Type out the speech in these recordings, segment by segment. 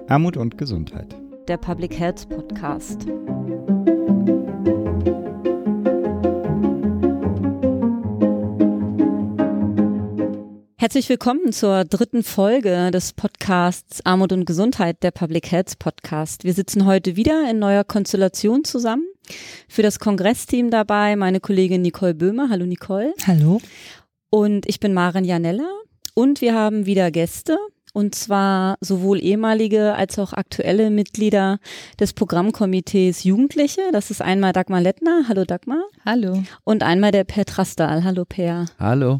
Armut und Gesundheit. Der Public Health Podcast. Herzlich willkommen zur 3. Folge des Podcasts Armut und Gesundheit, der Public Health Podcast. Wir sitzen heute wieder in neuer Konstellation zusammen. Für das Kongressteam dabei meine Kollegin Nicole Böhmer. Hallo Nicole. Hallo. Und ich bin Maren Janella. Und wir haben wieder Gäste. Und zwar sowohl ehemalige als auch aktuelle Mitglieder des Programmkomitees Jugendliche. Das ist einmal Dagmar Lettner. Hallo Dagmar. Hallo. Und einmal der Per Trastal. Hallo Per. Hallo.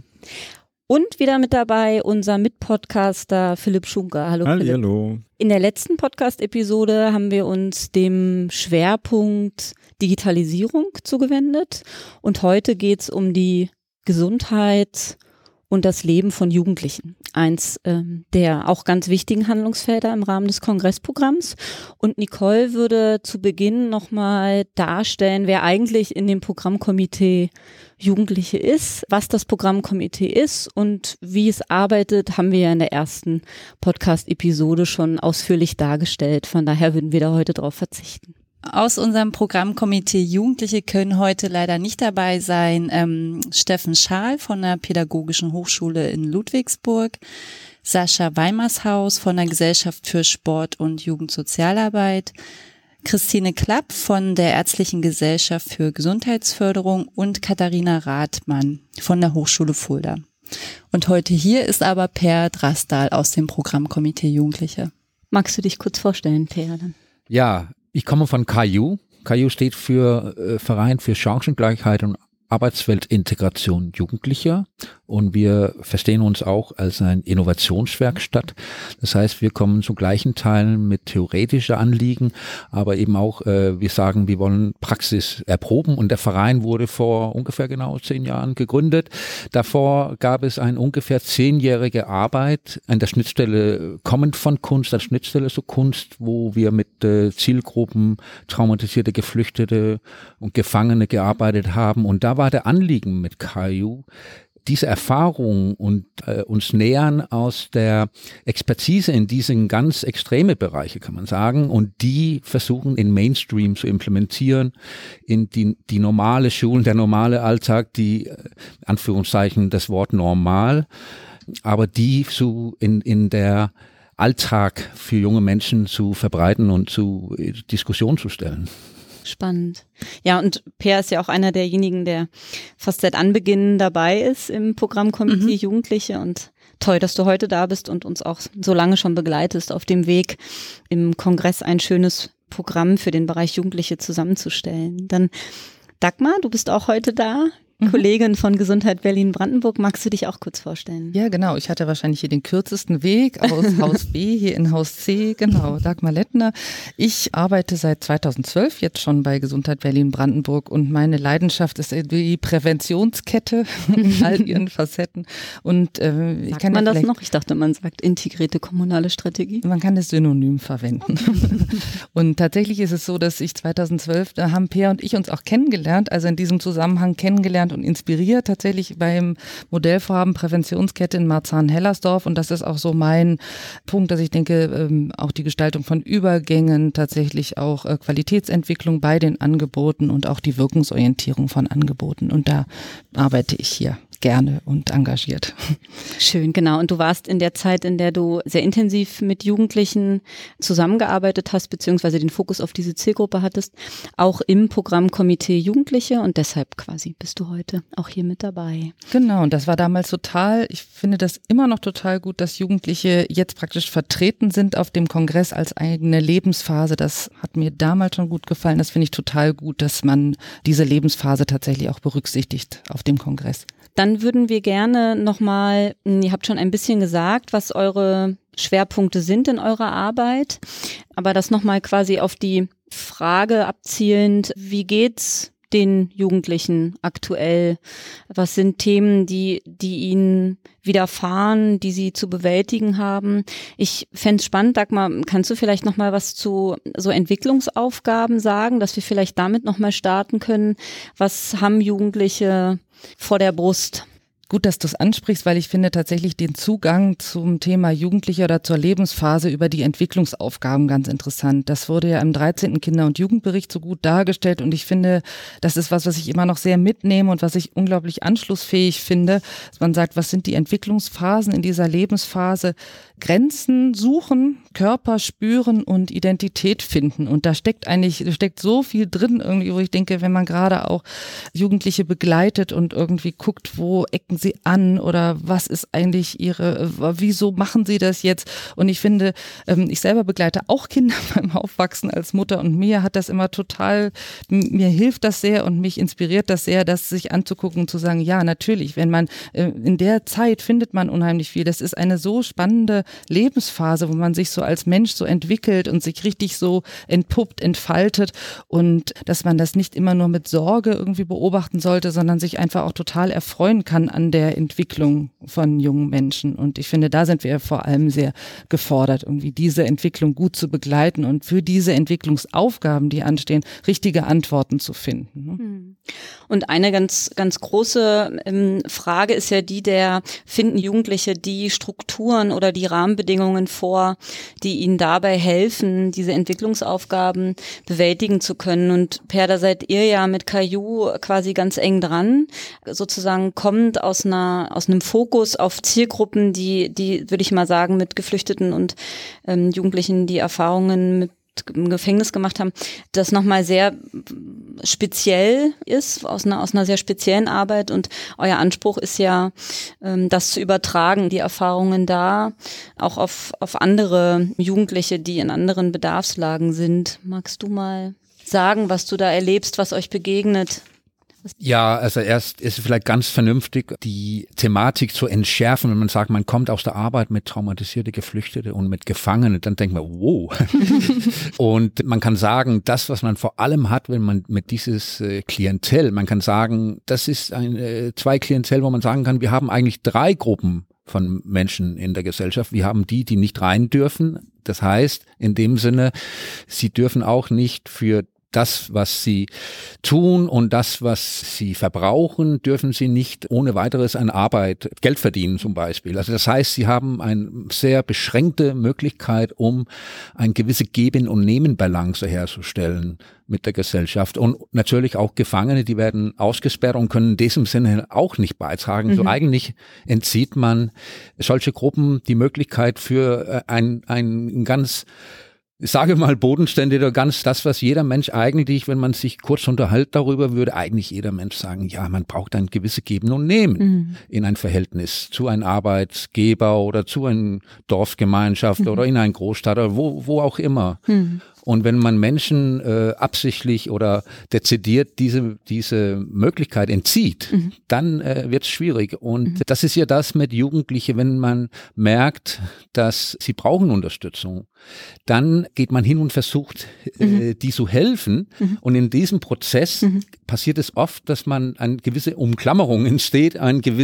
Und wieder mit dabei unser Mitpodcaster Philipp Schunker. Hallo Philipp. Hallo. In der letzten Podcast-Episode haben wir uns dem Schwerpunkt Digitalisierung zugewendet. Und heute geht es um die Gesundheit und das Leben von Jugendlichen. Eins der auch ganz wichtigen Handlungsfelder im Rahmen des Kongressprogramms. Und Nicole würde zu Beginn nochmal darstellen, wer eigentlich in dem Programmkomitee Jugendliche ist, was das Programmkomitee ist und wie es arbeitet, haben wir ja in der ersten Podcast-Episode schon ausführlich dargestellt. Von daher würden wir da heute drauf verzichten. Aus unserem Programmkomitee Jugendliche können heute leider nicht dabei sein Steffen Schaal von der Pädagogischen Hochschule in Ludwigsburg, Sascha Weimershaus von der Gesellschaft für Sport und Jugendsozialarbeit, Christine Klapp von der Ärztlichen Gesellschaft für Gesundheitsförderung und Katharina Rathmann von der Hochschule Fulda. Und heute hier ist aber Per Trastal aus dem Programmkomitee Jugendliche. Magst du dich kurz vorstellen, Per? Ja, ich komme von KU. KU steht für Verein für Chancengleichheit und Arbeitsweltintegration Jugendlicher, und wir verstehen uns auch als ein Innovationswerkstatt. Das heißt, wir kommen zu gleichen Teilen mit theoretischer Anliegen, aber eben auch, wir sagen, wir wollen Praxis erproben, und der Verein wurde vor ungefähr genau 10 Jahren gegründet. Davor gab es eine ungefähr 10-jährige Arbeit an der Schnittstelle, kommend von Kunst, als Schnittstelle zur Kunst, wo wir mit Zielgruppen, traumatisierte Geflüchtete und Gefangene gearbeitet haben, und da war der Anliegen mit KU, diese Erfahrung und uns nähern aus der Expertise in diesen ganz extreme Bereiche, kann man sagen, und die versuchen in Mainstream zu implementieren, in die normale Schulen, der normale Alltag, die Anführungszeichen das Wort normal, aber die in der Alltag für junge Menschen zu verbreiten und zu Diskussion zu stellen. Spannend. Ja, und Per ist ja auch einer derjenigen, der fast seit Anbeginn dabei ist im Programmkomitee Jugendliche, und toll, dass du heute da bist und uns auch so lange schon begleitest auf dem Weg, im Kongress ein schönes Programm für den Bereich Jugendliche zusammenzustellen. Dann Dagmar, du bist auch heute da. Kollegin von Gesundheit Berlin-Brandenburg, magst du dich auch kurz vorstellen? Ja, genau. Ich hatte wahrscheinlich hier den kürzesten Weg aus Haus B, hier in Haus C. Genau, Dagmar Lettner. Ich arbeite seit 2012 jetzt schon bei Gesundheit Berlin-Brandenburg, und meine Leidenschaft ist die Präventionskette in all ihren Facetten. Und sagt man das noch? Ich dachte, man sagt integrierte kommunale Strategie. Man kann das Synonym verwenden. Und tatsächlich ist es so, dass ich 2012, da haben Per und ich uns auch kennengelernt, also in diesem Zusammenhang kennengelernt und inspiriert tatsächlich beim Modellvorhaben Präventionskette in Marzahn-Hellersdorf, und das ist auch so mein Punkt, dass ich denke, auch die Gestaltung von Übergängen, tatsächlich auch Qualitätsentwicklung bei den Angeboten und auch die Wirkungsorientierung von Angeboten, und da arbeite ich hier gerne und engagiert. Schön, genau. Und du warst in der Zeit, in der du sehr intensiv mit Jugendlichen zusammengearbeitet hast, beziehungsweise den Fokus auf diese Zielgruppe hattest, auch im Programmkomitee Jugendliche, und deshalb quasi bist du heute auch hier mit dabei. Genau, und das war damals total, ich finde das immer noch total gut, dass Jugendliche jetzt praktisch vertreten sind auf dem Kongress als eigene Lebensphase. Das hat mir damals schon gut gefallen. Das finde ich total gut, dass man diese Lebensphase tatsächlich auch berücksichtigt auf dem Kongress. Dann würden wir gerne nochmal, ihr habt schon ein bisschen gesagt, was eure Schwerpunkte sind in eurer Arbeit, aber das nochmal quasi auf die Frage abzielend, wie geht's den Jugendlichen aktuell? Was sind Themen, die ihnen widerfahren, die sie zu bewältigen haben? Ich fände es spannend, Dagmar, kannst du vielleicht noch mal was zu so Entwicklungsaufgaben sagen, dass wir vielleicht damit noch mal starten können? Was haben Jugendliche vor der Brust? Gut, dass du es ansprichst, weil ich finde tatsächlich den Zugang zum Thema Jugendliche oder zur Lebensphase über die Entwicklungsaufgaben ganz interessant. Das wurde ja im 13. Kinder- und Jugendbericht so gut dargestellt und ich finde, das ist was ich immer noch sehr mitnehme und was ich unglaublich anschlussfähig finde, dass man sagt, was sind die Entwicklungsphasen in dieser Lebensphase? Grenzen suchen, Körper spüren und Identität finden. Und da steckt so viel drin irgendwie, wo ich denke, wenn man gerade auch Jugendliche begleitet und irgendwie guckt, wo ecken sie an oder was ist eigentlich wieso machen sie das jetzt? Und ich finde, ich selber begleite auch Kinder beim Aufwachsen als Mutter und mir hilft das sehr und mich inspiriert das sehr, das sich anzugucken und zu sagen, ja, natürlich, wenn man in der Zeit findet man unheimlich viel. Das ist eine so spannende Lebensphase, wo man sich so als Mensch so entwickelt und sich richtig so entpuppt, entfaltet und dass man das nicht immer nur mit Sorge irgendwie beobachten sollte, sondern sich einfach auch total erfreuen kann an der Entwicklung von jungen Menschen. Und ich finde, da sind wir vor allem sehr gefordert, irgendwie diese Entwicklung gut zu begleiten und für diese Entwicklungsaufgaben, die anstehen, richtige Antworten zu finden. Und eine ganz, ganz große Frage ist ja die finden Jugendliche die Strukturen oder die Rahmenbedingungen vor, die ihnen dabei helfen, diese Entwicklungsaufgaben bewältigen zu können. Und Per, da seid ihr ja mit Caillou quasi ganz eng dran, sozusagen kommend aus einem Fokus auf Zielgruppen, die würde ich mal sagen, mit Geflüchteten und Jugendlichen, die Erfahrungen mit im Gefängnis gemacht haben, das nochmal sehr speziell ist, aus einer sehr speziellen Arbeit und euer Anspruch ist ja, das zu übertragen, die Erfahrungen da auch auf andere Jugendliche, die in anderen Bedarfslagen sind. Magst du mal sagen, was du da erlebst, was euch begegnet? Ja, also erst ist es vielleicht ganz vernünftig, die Thematik zu entschärfen, wenn man sagt, man kommt aus der Arbeit mit traumatisierte Geflüchtete und mit Gefangenen, dann denkt man, wow. Und man kann sagen, das, was man vor allem hat, wenn man mit dieses Klientel, man kann sagen, das ist zwei Klientel, wo man sagen kann, wir haben eigentlich 3 Gruppen von Menschen in der Gesellschaft. Wir haben die nicht rein dürfen. Das heißt, in dem Sinne, sie dürfen auch nicht für das, was sie tun und das, was sie verbrauchen, dürfen sie nicht ohne weiteres an Arbeit Geld verdienen zum Beispiel. Also das heißt, sie haben eine sehr beschränkte Möglichkeit, um eine gewisse Geben- und Nehmen-Balance herzustellen mit der Gesellschaft. Und natürlich auch Gefangene, die werden ausgesperrt und können in diesem Sinne auch nicht beitragen. So eigentlich entzieht man solche Gruppen die Möglichkeit für ein ganz, ich sage mal, bodenständiger, ganz das, was jeder Mensch eigentlich, wenn man sich kurz unterhält darüber, würde eigentlich jeder Mensch sagen, ja, man braucht ein gewisses Geben und Nehmen in ein Verhältnis zu einem Arbeitgeber oder zu einer Dorfgemeinschaft oder in einer Großstadt oder wo auch immer. Und wenn man Menschen absichtlich oder dezidiert diese Möglichkeit entzieht, dann wird es schwierig. Und das ist ja das mit Jugendlichen, wenn man merkt, dass sie brauchen Unterstützung, dann geht man hin und versucht, die zu helfen. Und in diesem Prozess passiert es oft, dass man eine gewisse Umklammerung entsteht,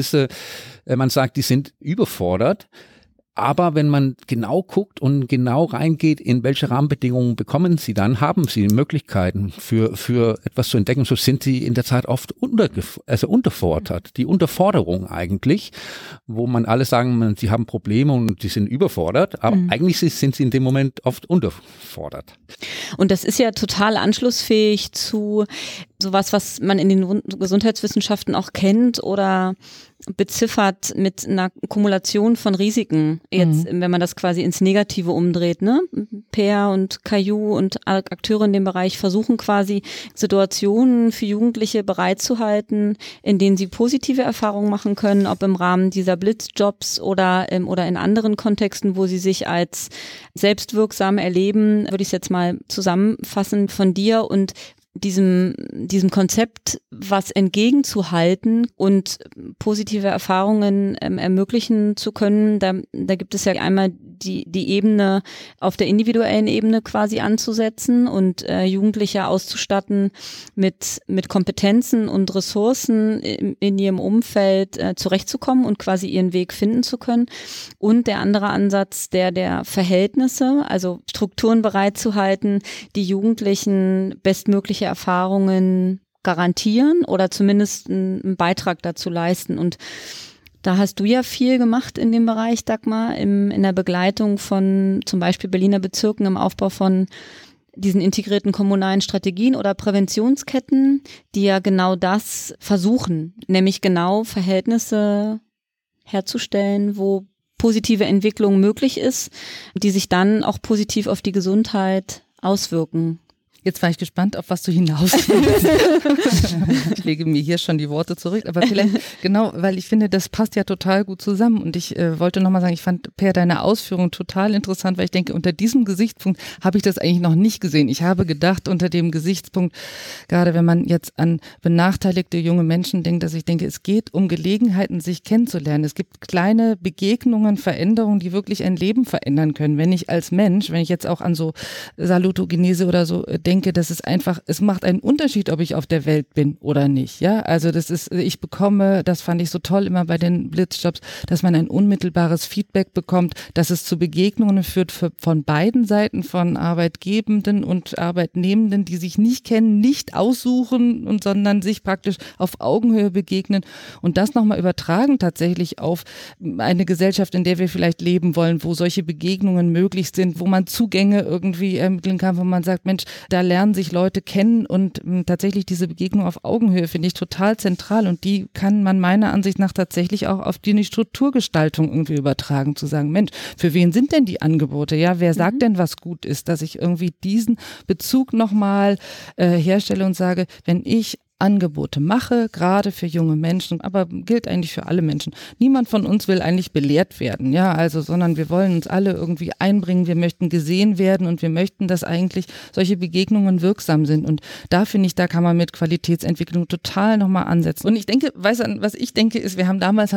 man sagt, die sind überfordert. Aber wenn man genau guckt und genau reingeht, in welche Rahmenbedingungen bekommen sie dann, haben sie Möglichkeiten für etwas zu entdecken. So sind sie in der Zeit oft unterfordert. Die Unterforderung eigentlich, wo man alle sagen, sie haben Probleme und die sind überfordert. Aber eigentlich sind sie in dem Moment oft unterfordert. Und das ist ja total anschlussfähig zu sowas, was man in den Gesundheitswissenschaften auch kennt oder beziffert mit einer Kumulation von Risiken. Jetzt, wenn man das quasi ins Negative umdreht, ne? Per und Caillou und Akteure in dem Bereich versuchen quasi Situationen für Jugendliche bereitzuhalten, in denen sie positive Erfahrungen machen können, ob im Rahmen dieser Blitzjobs oder in anderen Kontexten, wo sie sich als selbstwirksam erleben, würde ich es jetzt mal zusammenfassen von dir und diesem Konzept was entgegenzuhalten und positive Erfahrungen ermöglichen zu können. Da gibt es ja einmal die Ebene auf der individuellen Ebene quasi anzusetzen und Jugendliche auszustatten mit Kompetenzen und Ressourcen in ihrem Umfeld zurechtzukommen und quasi ihren Weg finden zu können. Und der andere Ansatz, der Verhältnisse, also Strukturen bereitzuhalten, die Jugendlichen bestmögliche Erfahrungen garantieren oder zumindest einen Beitrag dazu leisten. Und Da hast du ja viel gemacht in dem Bereich, Dagmar, in der Begleitung von zum Beispiel Berliner Bezirken im Aufbau von diesen integrierten kommunalen Strategien oder Präventionsketten, die ja genau das versuchen, nämlich genau Verhältnisse herzustellen, wo positive Entwicklung möglich ist, die sich dann auch positiv auf die Gesundheit auswirken. Jetzt war ich gespannt, auf was du hinaus willst. Ich lege mir hier schon die Worte zurück, aber vielleicht genau, weil ich finde, das passt ja total gut zusammen und ich wollte nochmal sagen, ich fand, Per, deine Ausführung total interessant, weil ich denke, unter diesem Gesichtspunkt habe ich das eigentlich noch nicht gesehen. Ich habe gedacht, unter dem Gesichtspunkt, gerade wenn man jetzt an benachteiligte junge Menschen denkt, dass ich denke, es geht um Gelegenheiten, sich kennenzulernen. Es gibt kleine Begegnungen, Veränderungen, die wirklich ein Leben verändern können. Wenn ich als Mensch, wenn ich jetzt auch an so Salutogenese oder so denke, dass es einfach, es macht einen Unterschied, ob ich auf der Welt bin oder nicht. Ja, also das ist, ich bekomme, das fand ich so toll immer bei den Blitzjobs, dass man ein unmittelbares Feedback bekommt, dass es zu Begegnungen führt von beiden Seiten, von Arbeitgebenden und Arbeitnehmenden, die sich nicht kennen, nicht aussuchen und sondern sich praktisch auf Augenhöhe begegnen und das nochmal übertragen tatsächlich auf eine Gesellschaft, in der wir vielleicht leben wollen, wo solche Begegnungen möglich sind, wo man Zugänge irgendwie ermitteln kann, wo man sagt, Mensch, da lernen sich Leute kennen und tatsächlich diese Begegnung auf Augenhöhe finde ich total zentral und die kann man meiner Ansicht nach tatsächlich auch auf die Strukturgestaltung irgendwie übertragen, zu sagen, Mensch, für wen sind denn die Angebote? Ja, wer sagt denn, was gut ist, dass ich irgendwie diesen Bezug nochmal herstelle und sage, wenn ich Angebote mache, gerade für junge Menschen, aber gilt eigentlich für alle Menschen. Niemand von uns will eigentlich belehrt werden, ja, also, sondern wir wollen uns alle irgendwie einbringen, wir möchten gesehen werden und wir möchten, dass eigentlich solche Begegnungen wirksam sind und da finde ich, da kann man mit Qualitätsentwicklung total nochmal ansetzen. Und ich denke, was ich denke ist, wir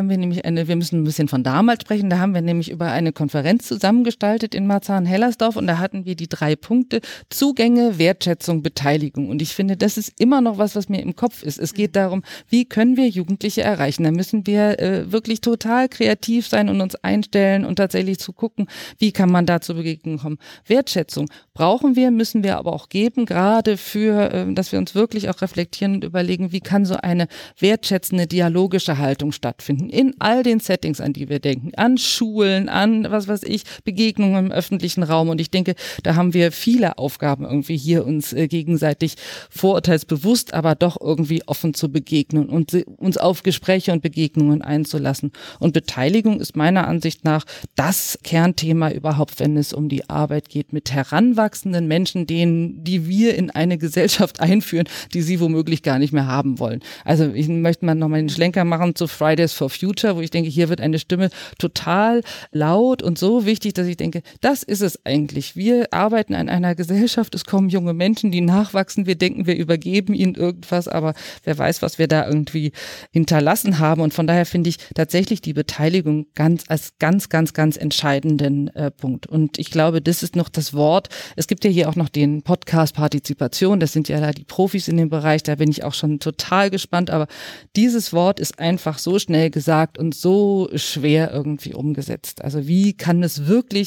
müssen ein bisschen von damals sprechen, da haben wir nämlich über eine Konferenz zusammengestaltet in Marzahn-Hellersdorf und da hatten wir die 3 Punkte, Zugänge, Wertschätzung, Beteiligung und ich finde, das ist immer noch was mir im Kopf ist. Es geht darum, wie können wir Jugendliche erreichen? Da müssen wir wirklich total kreativ sein und uns einstellen und tatsächlich zu gucken, wie kann man da zur Begegnung kommen. Wertschätzung brauchen wir, müssen wir aber auch geben, gerade für, dass wir uns wirklich auch reflektieren und überlegen, wie kann so eine wertschätzende, dialogische Haltung stattfinden in all den Settings, an die wir denken, an Schulen, an, Begegnungen im öffentlichen Raum und ich denke, da haben wir viele Aufgaben irgendwie hier uns gegenseitig vorurteilsbewusst, aber doch irgendwie offen zu begegnen und uns auf Gespräche und Begegnungen einzulassen. Und Beteiligung ist meiner Ansicht nach das Kernthema überhaupt, wenn es um die Arbeit geht mit heranwachsenden Menschen, die wir in eine Gesellschaft einführen, die sie womöglich gar nicht mehr haben wollen. Also ich möchte mal nochmal den Schlenker machen zu Fridays for Future, wo ich denke, hier wird eine Stimme total laut und so wichtig, dass ich denke, das ist es eigentlich. Wir arbeiten an einer Gesellschaft, es kommen junge Menschen, die nachwachsen, wir denken, wir übergeben ihnen irgendwas, aber wer weiß, was wir da irgendwie hinterlassen haben. Und von daher finde ich tatsächlich die Beteiligung als ganz entscheidenden Punkt. Und ich glaube, das ist noch das Wort. Es gibt ja hier auch noch den Podcast Partizipation. Das sind ja da die Profis in dem Bereich. Da bin ich auch schon total gespannt. Aber dieses Wort ist einfach so schnell gesagt und so schwer irgendwie umgesetzt. Also wie kann es wirklich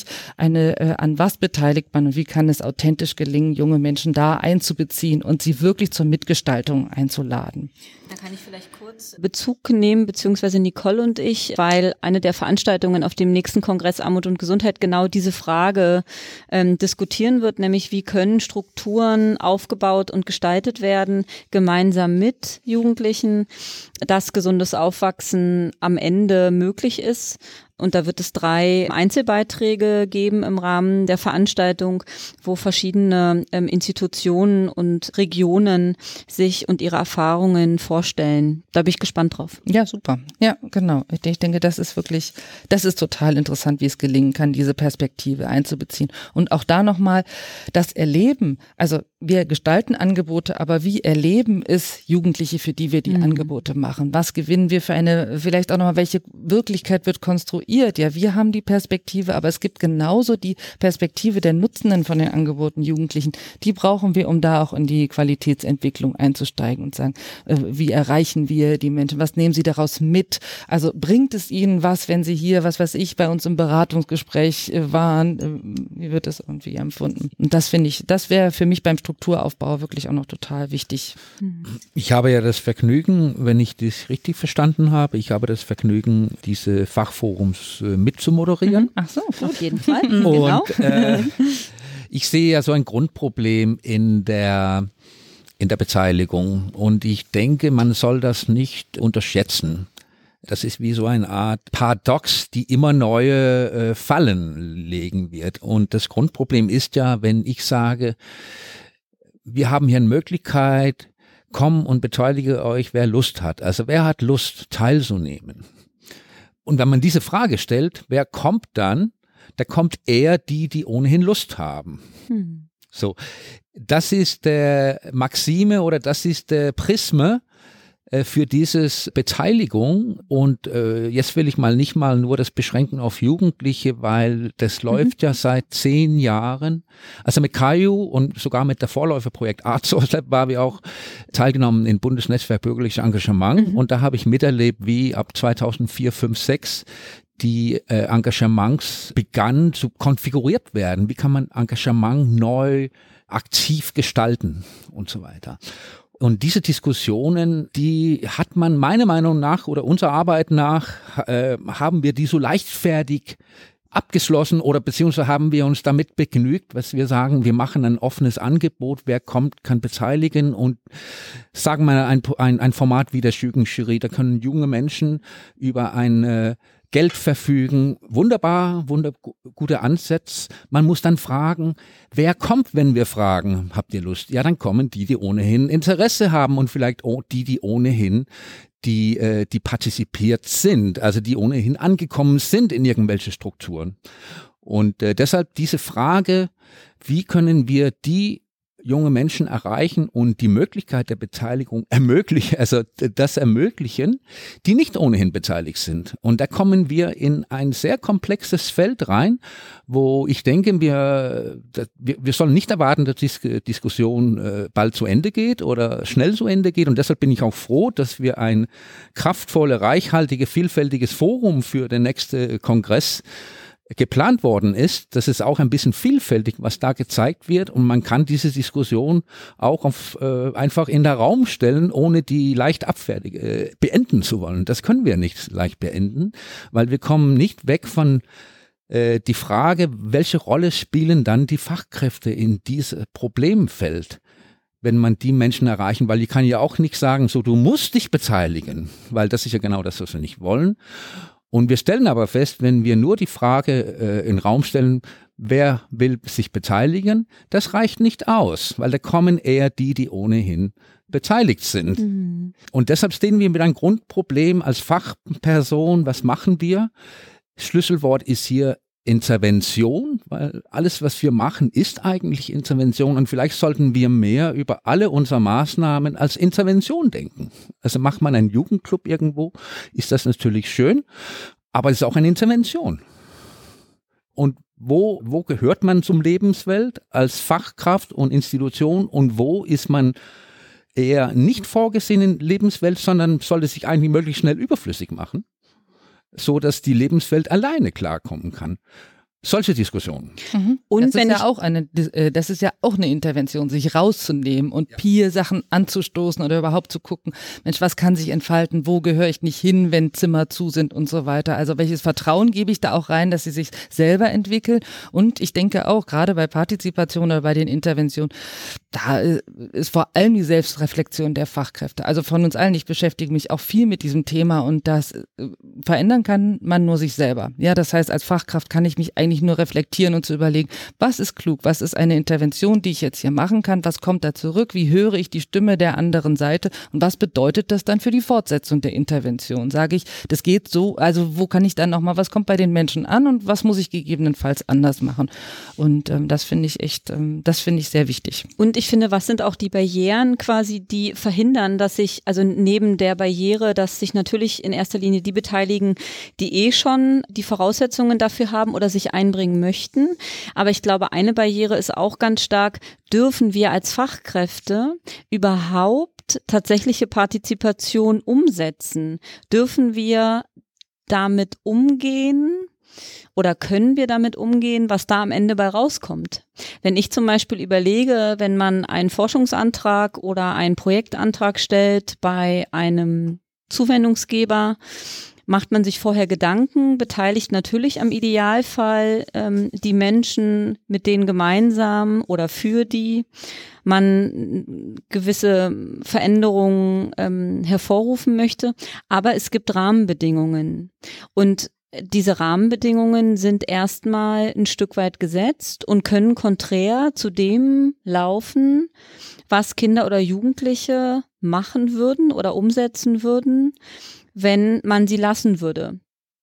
an was beteiligt man und wie kann es authentisch gelingen, junge Menschen da einzubeziehen und sie wirklich zur Mitgestaltung einzuladen. Da kann ich vielleicht kurz Bezug nehmen, beziehungsweise Nicole und ich, weil eine der Veranstaltungen auf dem nächsten Kongress Armut und Gesundheit genau diese Frage diskutieren wird, nämlich wie können Strukturen aufgebaut und gestaltet werden, gemeinsam mit Jugendlichen, dass gesundes Aufwachsen am Ende möglich ist. Und da wird es 3 Einzelbeiträge geben im Rahmen der Veranstaltung, wo verschiedene Institutionen und Regionen sich und ihre Erfahrungen vorstellen. Da bin ich gespannt drauf. Ja, super. Ja, genau. Ich denke, das ist total interessant, wie es gelingen kann, diese Perspektive einzubeziehen. Und auch da nochmal das Erleben. Also wir gestalten Angebote, aber wie erleben es Jugendliche, für die wir die Angebote machen? Was gewinnen wir für vielleicht auch nochmal, welche Wirklichkeit wird konstruiert? evaluiert. Ja, wir haben die Perspektive, aber es gibt genauso die Perspektive der Nutzenden von den Angeboten Jugendlichen. Die brauchen wir, um da auch in die Qualitätsentwicklung einzusteigen und sagen, wie erreichen wir die Menschen? Was nehmen sie daraus mit? Also bringt es ihnen was, wenn sie hier, was weiß ich, bei uns im Beratungsgespräch waren? Wie wird das irgendwie empfunden? Und das finde ich, das wäre für mich beim Strukturaufbau wirklich auch noch total wichtig. Ich habe ja das Vergnügen, wenn ich das richtig verstanden habe, diese Fachforums mitzumoderieren. Ach so, auf jeden Fall. Und ich sehe ja so ein Grundproblem in der Beteiligung und ich denke, man soll das nicht unterschätzen. Das ist wie so eine Art Paradox, die immer neue Fallen legen wird. Und das Grundproblem ist ja, wenn ich sage, wir haben hier eine Möglichkeit, komm und beteilige euch, wer Lust hat. Also wer hat Lust, teilzunehmen? Und wenn man diese Frage stellt, wer kommt dann? Da kommt eher die ohnehin Lust haben. So, das ist der Maxime oder das ist der Prisme für dieses Beteiligung und jetzt will ich mal nicht mal nur das beschränken auf Jugendliche, weil das läuft ja seit 10 Jahren. Also mit KAJU und sogar mit der Vorläuferprojekt Artsource Lab war wir auch teilgenommen in Bundesnetzwerk Bürgerliches Engagement und da habe ich miterlebt, wie ab 2004, 5, 6 die Engagements begannen zu konfiguriert werden. Wie kann man Engagement neu aktiv gestalten und so weiter. Und diese Diskussionen, die hat man meiner Meinung nach oder unserer Arbeit nach, haben wir die so leichtfertig abgeschlossen oder beziehungsweise haben wir uns damit begnügt, was wir sagen, wir machen ein offenes Angebot, wer kommt, kann beteiligen und sagen wir ein Format wie der Jugendjury, da können junge Menschen über ein Geld verfügen, wunderbar, guter Ansatz. Man muss dann fragen, wer kommt, wenn wir fragen, habt ihr Lust? Ja, dann kommen die ohnehin Interesse haben und vielleicht die ohnehin die partizipiert sind, also die ohnehin angekommen sind in irgendwelche Strukturen. Und deshalb diese Frage, wie können wir die junge Menschen erreichen und die Möglichkeit der Beteiligung ermöglichen, die nicht ohnehin beteiligt sind. Und da kommen wir in ein sehr komplexes Feld rein, wo ich denke, wir sollen nicht erwarten, dass die Diskussion bald zu Ende geht oder schnell zu Ende geht. Und deshalb bin ich auch froh, dass wir ein kraftvolles, reichhaltiges, vielfältiges Forum für den nächsten Kongress geplant worden ist. Das ist auch ein bisschen vielfältig, was da gezeigt wird und man kann diese Diskussion auch einfach in den Raum stellen, ohne die leicht abfertig beenden zu wollen. Das können wir nicht leicht beenden, weil wir kommen nicht weg von die Frage, welche Rolle spielen dann die Fachkräfte in diesem Problemfeld, wenn man die Menschen erreichen, weil ich kann ja auch nicht sagen, so du musst dich beteiligen, weil das ist ja genau das, was wir nicht wollen. Und wir stellen aber fest, wenn wir nur die Frage in den Raum stellen, wer will sich beteiligen, das reicht nicht aus, weil da kommen eher die ohnehin beteiligt sind. Und deshalb stehen wir mit einem Grundproblem als Fachperson, was machen wir? Schlüsselwort ist hier Intervention, weil alles, was wir machen, ist eigentlich Intervention und vielleicht sollten wir mehr über alle unsere Maßnahmen als Intervention denken. Also macht man einen Jugendclub irgendwo, ist das natürlich schön, aber es ist auch eine Intervention. Und wo gehört man zum Lebenswelt als Fachkraft und Institution und wo ist man eher nicht vorgesehen in Lebenswelt, sondern sollte sich eigentlich möglichst schnell überflüssig machen, so dass die Lebenswelt alleine klarkommen kann. Solche Diskussionen. Und das ist ja auch eine Intervention, sich rauszunehmen und Peer-Sachen anzustoßen oder überhaupt zu gucken, Mensch, was kann sich entfalten, wo gehöre ich nicht hin, wenn Zimmer zu sind und so weiter. Also welches Vertrauen gebe ich da auch rein, dass sie sich selber entwickeln? Und ich denke auch, gerade bei Partizipation oder bei den Interventionen, da ist vor allem die Selbstreflexion der Fachkräfte. Also von uns allen, ich beschäftige mich auch viel mit diesem Thema und das verändern kann man nur sich selber. Ja, das heißt, als Fachkraft kann ich mich eigentlich nur reflektieren und zu überlegen, was ist klug, was ist eine Intervention, die ich jetzt hier machen kann, was kommt da zurück, wie höre ich die Stimme der anderen Seite und was bedeutet das dann für die Fortsetzung der Intervention? Sage ich, das geht so, also wo kann ich dann nochmal, was kommt bei den Menschen an und was muss ich gegebenenfalls anders machen? Und das finde ich echt, das finde ich sehr wichtig. Und ich ich finde, was sind auch die Barrieren quasi, die verhindern, dass sich, also neben der Barriere, dass sich natürlich in erster Linie die beteiligen, die schon die Voraussetzungen dafür haben oder sich einbringen möchten. Aber ich glaube, eine Barriere ist auch ganz stark, dürfen wir als Fachkräfte überhaupt tatsächliche Partizipation umsetzen? Dürfen wir damit umgehen? Oder können wir damit umgehen, was da am Ende bei rauskommt? Wenn ich zum Beispiel überlege, wenn man einen Forschungsantrag oder einen Projektantrag stellt bei einem Zuwendungsgeber, macht man sich vorher Gedanken, beteiligt natürlich am Idealfall die Menschen, mit denen gemeinsam oder für die man gewisse Veränderungen hervorrufen möchte. Aber es gibt Rahmenbedingungen und diese Rahmenbedingungen sind erstmal ein Stück weit gesetzt und können konträr zu dem laufen, was Kinder oder Jugendliche machen würden oder umsetzen würden, wenn man sie lassen würde.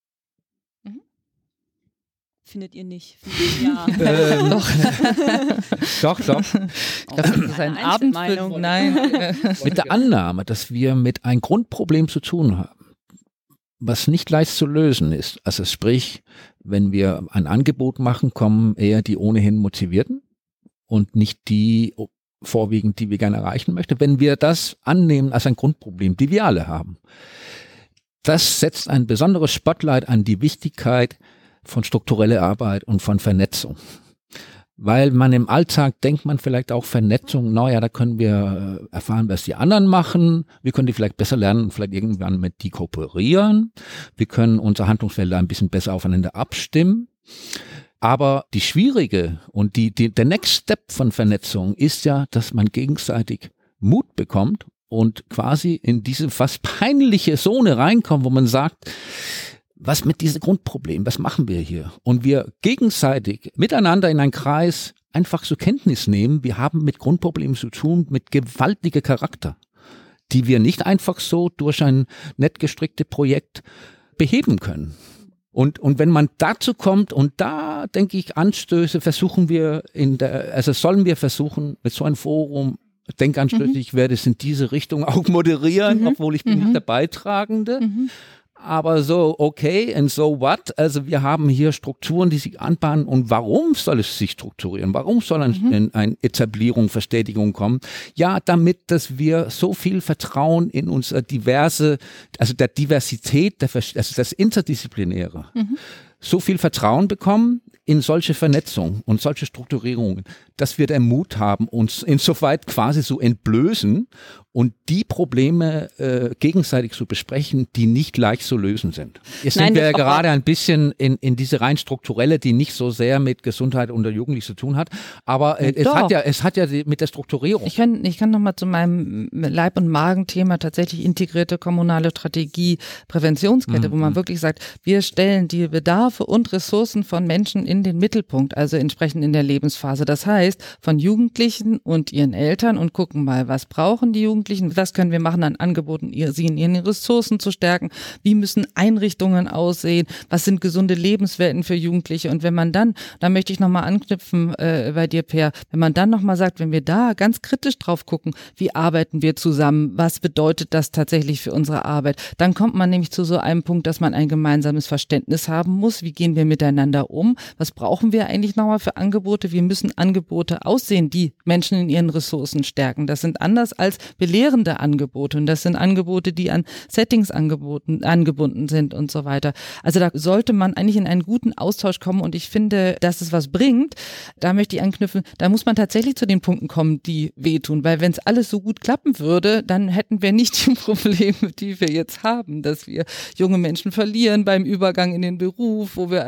Findet ihr nicht? Ja. Doch. Doch. Das ist ein Abendmeinung. Nein. Mit der Annahme, dass wir mit einem Grundproblem zu tun haben, was nicht leicht zu lösen ist. Also sprich, wenn wir ein Angebot machen, kommen eher die ohnehin Motivierten und nicht die vorwiegend, die wir gerne erreichen möchten. Wenn wir das annehmen als ein Grundproblem, die wir alle haben, das setzt ein besonderes Spotlight an die Wichtigkeit von struktureller Arbeit und von Vernetzung. Weil man im Alltag denkt man vielleicht auch Vernetzung, naja, da können wir erfahren, was die anderen machen, wir können die vielleicht besser lernen und vielleicht irgendwann mit die kooperieren, wir können unsere Handlungsfelder ein bisschen besser aufeinander abstimmen. Aber die schwierige und der Next Step von Vernetzung ist ja, dass man gegenseitig Mut bekommt und quasi in diese fast peinliche Zone reinkommt, wo man sagt, was mit diesem Grundproblem, was machen wir hier? Und wir gegenseitig miteinander in einen Kreis einfach zur Kenntnis nehmen, wir haben mit Grundproblemen zu tun, mit gewaltiger Charakter, die wir nicht einfach so durch ein nett gestricktes Projekt beheben können. Und wenn man dazu kommt, und da denke ich, Anstöße versuchen wir sollen wir versuchen, mit so einem Forum Denkanstöße, ich werde es in diese Richtung auch moderieren, obwohl ich bin nicht der Beitragende. Aber so, okay, and so what? Also wir haben hier Strukturen, die sich anbahnen. Und warum soll es sich strukturieren? Warum soll eine Etablierung, Verstetigung kommen? Ja, damit, dass wir so viel Vertrauen in unser der Diversität, also das Interdisziplinäre, so viel Vertrauen bekommen in solche Vernetzung und solche Strukturierungen, dass wir den Mut haben, uns insoweit quasi zu entblößen und die Probleme gegenseitig zu besprechen, die nicht leicht zu lösen sind. Jetzt sind wir ja gerade ein bisschen in diese rein strukturelle, die nicht so sehr mit Gesundheit unter Jugendlichen zu tun hat, aber es hat ja mit der Strukturierung. Ich kann noch mal zu meinem Leib- und Magenthema tatsächlich integrierte kommunale Strategie, Präventionskette, wo man wirklich sagt, wir stellen die Bedarfe und Ressourcen von Menschen in den Mittelpunkt, also entsprechend in der Lebensphase. Das heißt, von Jugendlichen und ihren Eltern und gucken mal, was brauchen die Jugendlichen, was können wir machen an Angeboten, sie in ihren Ressourcen zu stärken, wie müssen Einrichtungen aussehen, was sind gesunde Lebenswelten für Jugendliche und wenn man dann, da möchte ich nochmal anknüpfen bei dir, Per, wenn man dann nochmal sagt, wenn wir da ganz kritisch drauf gucken, wie arbeiten wir zusammen, was bedeutet das tatsächlich für unsere Arbeit, dann kommt man nämlich zu so einem Punkt, dass man ein gemeinsames Verständnis haben muss, wie gehen wir miteinander um, was brauchen wir eigentlich nochmal für Angebote, wir müssen Angebote aussehen, die Menschen in ihren Ressourcen stärken, das sind anders als belehrende Angebote und das sind Angebote, die an Settings angebunden sind und so weiter. Also da sollte man eigentlich in einen guten Austausch kommen und ich finde, dass es was bringt. Da möchte ich anknüpfen, da muss man tatsächlich zu den Punkten kommen, die wehtun, weil wenn es alles so gut klappen würde, dann hätten wir nicht die Probleme, die wir jetzt haben, dass wir junge Menschen verlieren beim Übergang in den Beruf, wo wir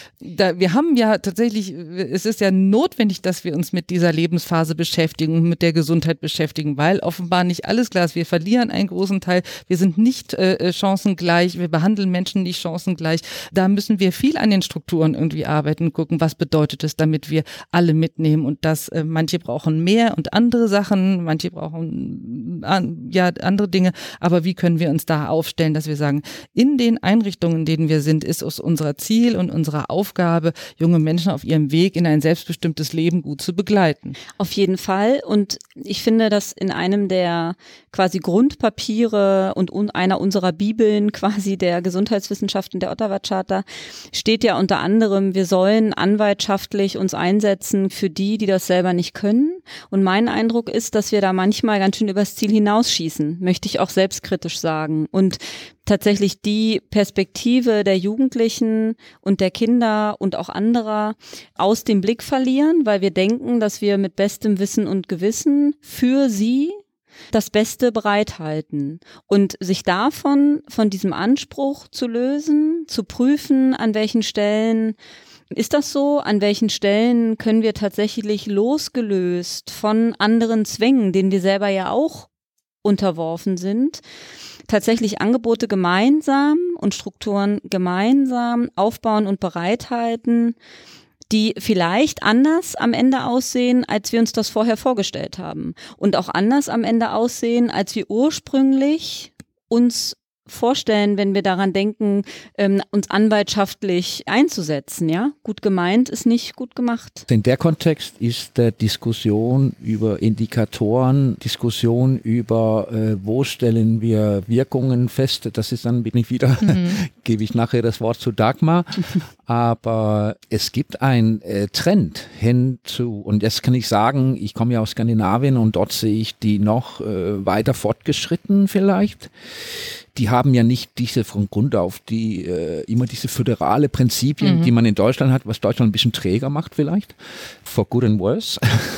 wir haben ja tatsächlich, es ist ja notwendig, dass wir uns mit dieser Lebensphase beschäftigen und mit der Gesundheit beschäftigen, weil offenbar nicht alles klar ist. Wir verlieren einen großen Teil. Wir sind nicht chancengleich. Wir behandeln Menschen nicht chancengleich. Da müssen wir viel an den Strukturen irgendwie arbeiten und gucken, was bedeutet es, damit wir alle mitnehmen und dass manche brauchen mehr und andere Sachen, manche brauchen andere Dinge. Aber wie können wir uns da aufstellen, dass wir sagen, in den Einrichtungen, in denen wir sind, ist aus unserer Ziel und unsere Aufgabe, junge Menschen auf ihrem Weg in ein selbstbestimmtes Leben gut zu begleiten. Auf jeden Fall. Und ich finde, dass in einem der quasi Grundpapiere und einer unserer Bibeln quasi der Gesundheitswissenschaften der Ottawa Charta steht ja unter anderem, wir sollen anwaltschaftlich uns einsetzen für die das selber nicht können. Und mein Eindruck ist, dass wir da manchmal ganz schön übers Ziel hinausschießen, möchte ich auch selbstkritisch sagen. Und tatsächlich die Perspektive der Jugendlichen und der Kinder und auch anderer aus dem Blick verlieren, weil wir denken, dass wir mit bestem Wissen und Gewissen für sie das Beste bereithalten und sich von diesem Anspruch zu lösen, zu prüfen, an welchen Stellen ist das so, an welchen Stellen können wir tatsächlich losgelöst von anderen Zwängen, denen wir selber ja auch unterworfen sind, tatsächlich Angebote gemeinsam und Strukturen gemeinsam aufbauen und bereithalten, die vielleicht anders am Ende aussehen, als wir uns das vorher vorgestellt haben und auch anders am Ende aussehen, als wir ursprünglich uns vorstellen, wenn wir daran denken, uns anwaltschaftlich einzusetzen. Ja, gut gemeint ist nicht gut gemacht. In der Kontext ist der Diskussion über Indikatoren, Diskussion über wo stellen wir Wirkungen fest, das ist dann bin ich wieder, gebe ich nachher das Wort zu Dagmar, aber es gibt einen Trend hin zu, und jetzt kann ich sagen, ich komme ja aus Skandinavien und dort sehe ich die noch weiter fortgeschritten vielleicht. Die haben ja nicht diese von Grund auf immer diese föderale Prinzipien, die man in Deutschland hat, was Deutschland ein bisschen träger macht vielleicht, for good and worse.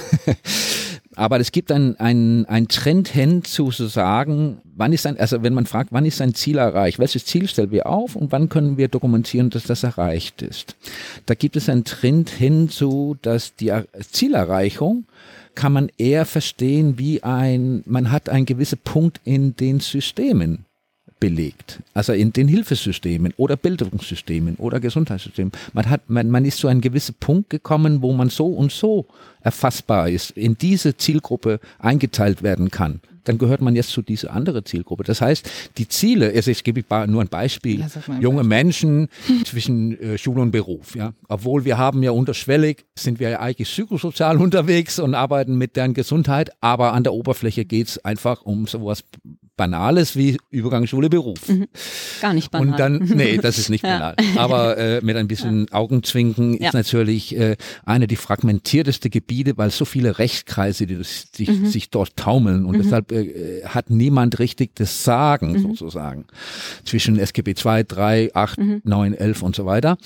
Aber es gibt einen Trend hin zu sagen, wenn man fragt, wann ist ein Ziel erreicht, welches Ziel stellen wir auf und wann können wir dokumentieren, dass das erreicht ist. Da gibt es einen Trend hin zu, dass die Zielerreichung kann man eher verstehen man hat einen gewissen Punkt in den Systemen belegt, also in den Hilfesystemen oder Bildungssystemen oder Gesundheitssystemen. Man ist zu einem gewissen Punkt gekommen, wo man so und so erfassbar ist, in diese Zielgruppe eingeteilt werden kann. Dann gehört man jetzt zu dieser anderen Zielgruppe. Das heißt, die Ziele, ich gebe nur ein Beispiel, junge Menschen zwischen Schule und Beruf. Ja. Obwohl wir haben ja unterschwellig, sind wir ja eigentlich psychosozial unterwegs und arbeiten mit deren Gesundheit, aber an der Oberfläche geht es einfach um sowas Banales wie Übergang Schule-Beruf. Gar nicht banal. Und dann, nee, das ist nicht banal. Aber mit ein bisschen Augenzwinken ist natürlich eine die fragmentierteste Gebiete, weil so viele Rechtskreise, die sich dort taumeln und deshalb hat niemand richtig das Sagen sozusagen zwischen SGB 2, 3, 8, 9, 11 und so weiter.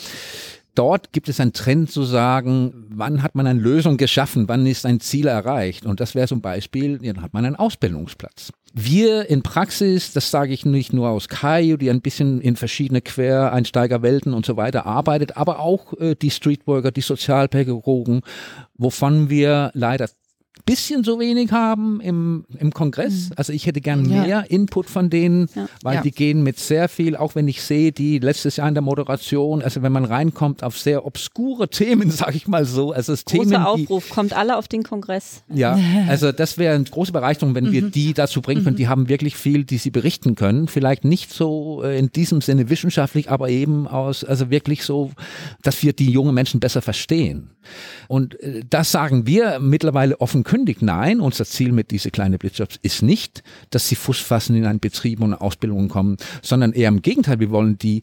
Dort gibt es einen Trend zu sagen, wann hat man eine Lösung geschaffen, wann ist ein Ziel erreicht. Und das wäre zum Beispiel, dann hat man einen Ausbildungsplatz. Wir in Praxis, das sage ich nicht nur aus KAIU, die ein bisschen in verschiedene Quereinsteigerwelten und so weiter arbeitet, aber auch die Streetworker, die Sozialpädagogen, wovon wir leider bisschen so wenig haben im Kongress. Also ich hätte gern mehr Input von denen, weil die gehen mit sehr viel, auch wenn ich sehe, die letztes Jahr in der Moderation, also wenn man reinkommt auf sehr obskure Themen, sage ich mal so. Also großer Aufruf, kommt alle auf den Kongress. Ja, also das wäre eine große Bereicherung, wenn wir die dazu bringen können. Die haben wirklich viel, die sie berichten können. Vielleicht nicht so in diesem Sinne wissenschaftlich, aber eben also wirklich so, dass wir die jungen Menschen besser verstehen. Und das sagen wir mittlerweile offenkundig. Nein, unser Ziel mit diesen kleinen Blitzjobs ist nicht, dass sie Fuß fassen in einen Betrieb und Ausbildungen kommen, sondern eher im Gegenteil. Wir wollen die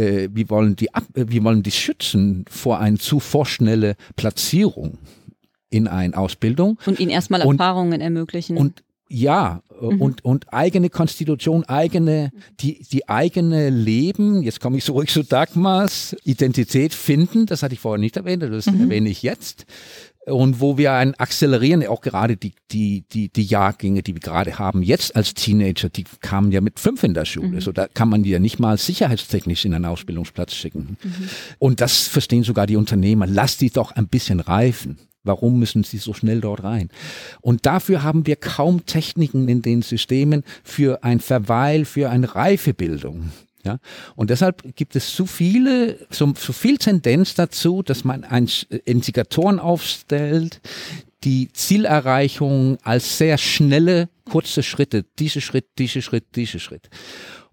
schützen vor einer zu vorschnelle Platzierung in eine Ausbildung. Und ihnen erstmal Erfahrungen ermöglichen. Und eigene Konstitution, die eigene Leben, jetzt komme ich zurück zu Dagmars, Identität finden, das hatte ich vorher nicht erwähnt, das erwähne ich jetzt. Und wo wir akzelerieren, auch gerade die Jahrgänge, die wir gerade haben, jetzt als Teenager, die kamen ja mit 5 in der Schule. So, da kann man die ja nicht mal sicherheitstechnisch in einen Ausbildungsplatz schicken. Und das verstehen sogar die Unternehmer. Lass die doch ein bisschen reifen. Warum müssen sie so schnell dort rein? Und dafür haben wir kaum Techniken in den Systemen für ein Verweil, für eine Reifebildung. Ja, und deshalb gibt es so viel Tendenz dazu, dass man Indikatoren aufstellt, die Zielerreichung als sehr schnelle, kurze Schritte, dieser Schritt.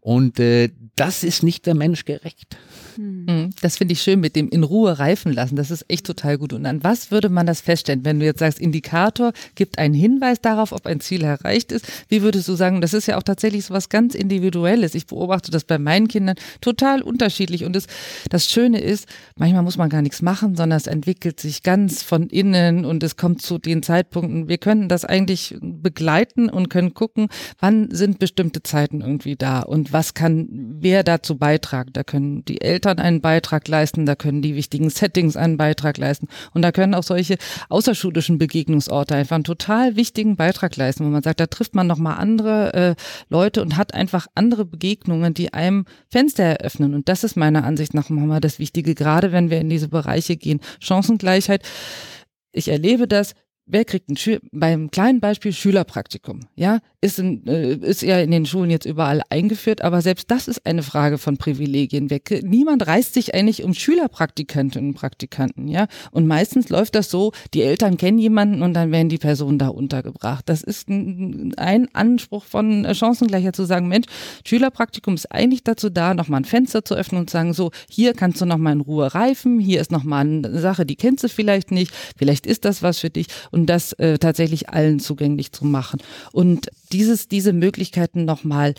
Und das ist nicht der Mensch gerecht. Das finde ich schön mit dem in Ruhe reifen lassen. Das ist echt total gut. Und an was würde man das feststellen, wenn du jetzt sagst, Indikator gibt einen Hinweis darauf, ob ein Ziel erreicht ist? Wie würdest du sagen, das ist ja auch tatsächlich so was ganz Individuelles. Ich beobachte das bei meinen Kindern total unterschiedlich. Und das Schöne ist, manchmal muss man gar nichts machen, sondern es entwickelt sich ganz von innen und es kommt zu den Zeitpunkten. Wir können das eigentlich begleiten und können gucken, wann sind bestimmte Zeiten irgendwie da und was kann wer dazu beitragen. Da können die Eltern einen Beitrag leisten, da können die wichtigen Settings einen Beitrag leisten und da können auch solche außerschulischen Begegnungsorte einfach einen total wichtigen Beitrag leisten, wo man sagt, da trifft man nochmal andere Leute und hat einfach andere Begegnungen, die einem Fenster eröffnen und das ist meiner Ansicht nach nochmal das Wichtige, gerade wenn wir in diese Bereiche gehen. Chancengleichheit, ich erlebe das. Wer kriegt beim kleinen Beispiel Schülerpraktikum? Ja, ist ja in den Schulen jetzt überall eingeführt, aber selbst das ist eine Frage von Privilegien weg. Niemand reißt sich eigentlich um Schülerpraktikantinnen und Praktikanten, ja. Und meistens läuft das so, die Eltern kennen jemanden und dann werden die Personen da untergebracht. Das ist ein Anspruch von Chancengleichheit zu sagen, Mensch, Schülerpraktikum ist eigentlich dazu da, nochmal ein Fenster zu öffnen und zu sagen, so, hier kannst du nochmal in Ruhe reifen, hier ist nochmal eine Sache, die kennst du vielleicht nicht, vielleicht ist das was für dich und das tatsächlich allen zugänglich zu machen. Und diese Möglichkeiten nochmal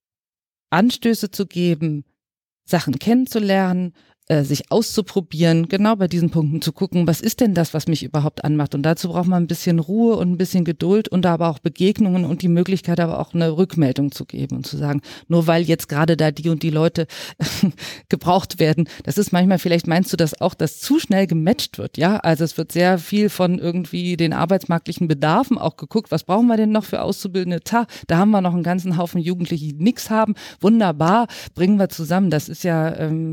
Anstöße zu geben, Sachen kennenzulernen, sich auszuprobieren, genau bei diesen Punkten zu gucken, was ist denn das, was mich überhaupt anmacht? Und dazu braucht man ein bisschen Ruhe und ein bisschen Geduld und aber auch Begegnungen und die Möglichkeit, aber auch eine Rückmeldung zu geben und zu sagen, nur weil jetzt gerade da die und die Leute gebraucht werden, das ist manchmal, vielleicht meinst du das auch, dass zu schnell gematcht wird, ja? Also es wird sehr viel von irgendwie den arbeitsmarktlichen Bedarfen auch geguckt, was brauchen wir denn noch für Auszubildende? Da haben wir noch einen ganzen Haufen Jugendliche, die nichts haben. Wunderbar, bringen wir zusammen. Das ist ja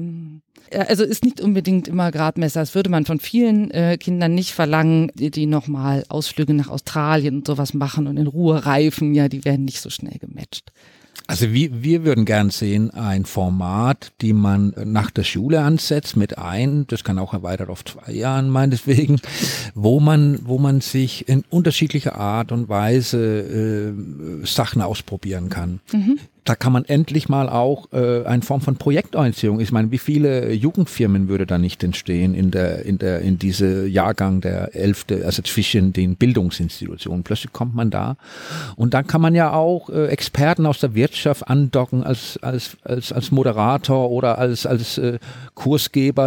also ist nicht unbedingt immer Gradmesser. Das würde man von vielen Kindern nicht verlangen, die nochmal Ausflüge nach Australien und sowas machen und in Ruhe reifen. Ja, die werden nicht so schnell gematcht. Also wir würden gern sehen, ein Format, die man nach der Schule ansetzt mit das kann auch erweitert auf 2 Jahren meinetwegen, wo man sich in unterschiedlicher Art und Weise Sachen ausprobieren kann. Mhm. Da kann man endlich mal auch eine Form von Projektorientierung. Ich meine, wie viele Jugendfirmen würde da nicht entstehen in diese Jahrgang der 11., also zwischen den Bildungsinstitutionen. Plötzlich kommt man da und dann kann man ja auch Experten aus der Wirtschaft andocken als Moderator oder als Kursgeber.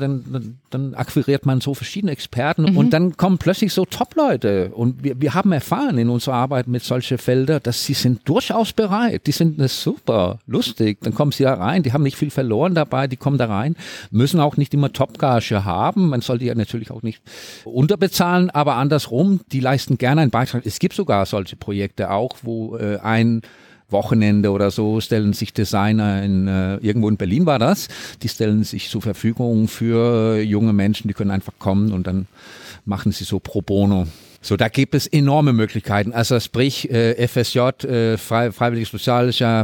Dann akquiriert man so verschiedene Experten und dann kommen plötzlich so Top-Leute. Und wir haben erfahren in unserer Arbeit mit solchen Feldern, dass sie sind durchaus bereit. Die sind super lustig. Dann kommen sie da rein. Die haben nicht viel verloren dabei. Die kommen da rein, müssen auch nicht immer Top-Gage haben. Man soll die ja natürlich auch nicht unterbezahlen, aber andersrum, die leisten gerne einen Beitrag. Es gibt sogar solche Projekte auch, wo ein Wochenende oder so stellen sich Designer irgendwo in Berlin war das, die stellen sich zur Verfügung für junge Menschen, die können einfach kommen und dann machen sie so pro bono. So, da gibt es enorme Möglichkeiten. Also sprich FSJ, freiwilliges Sozialjahr,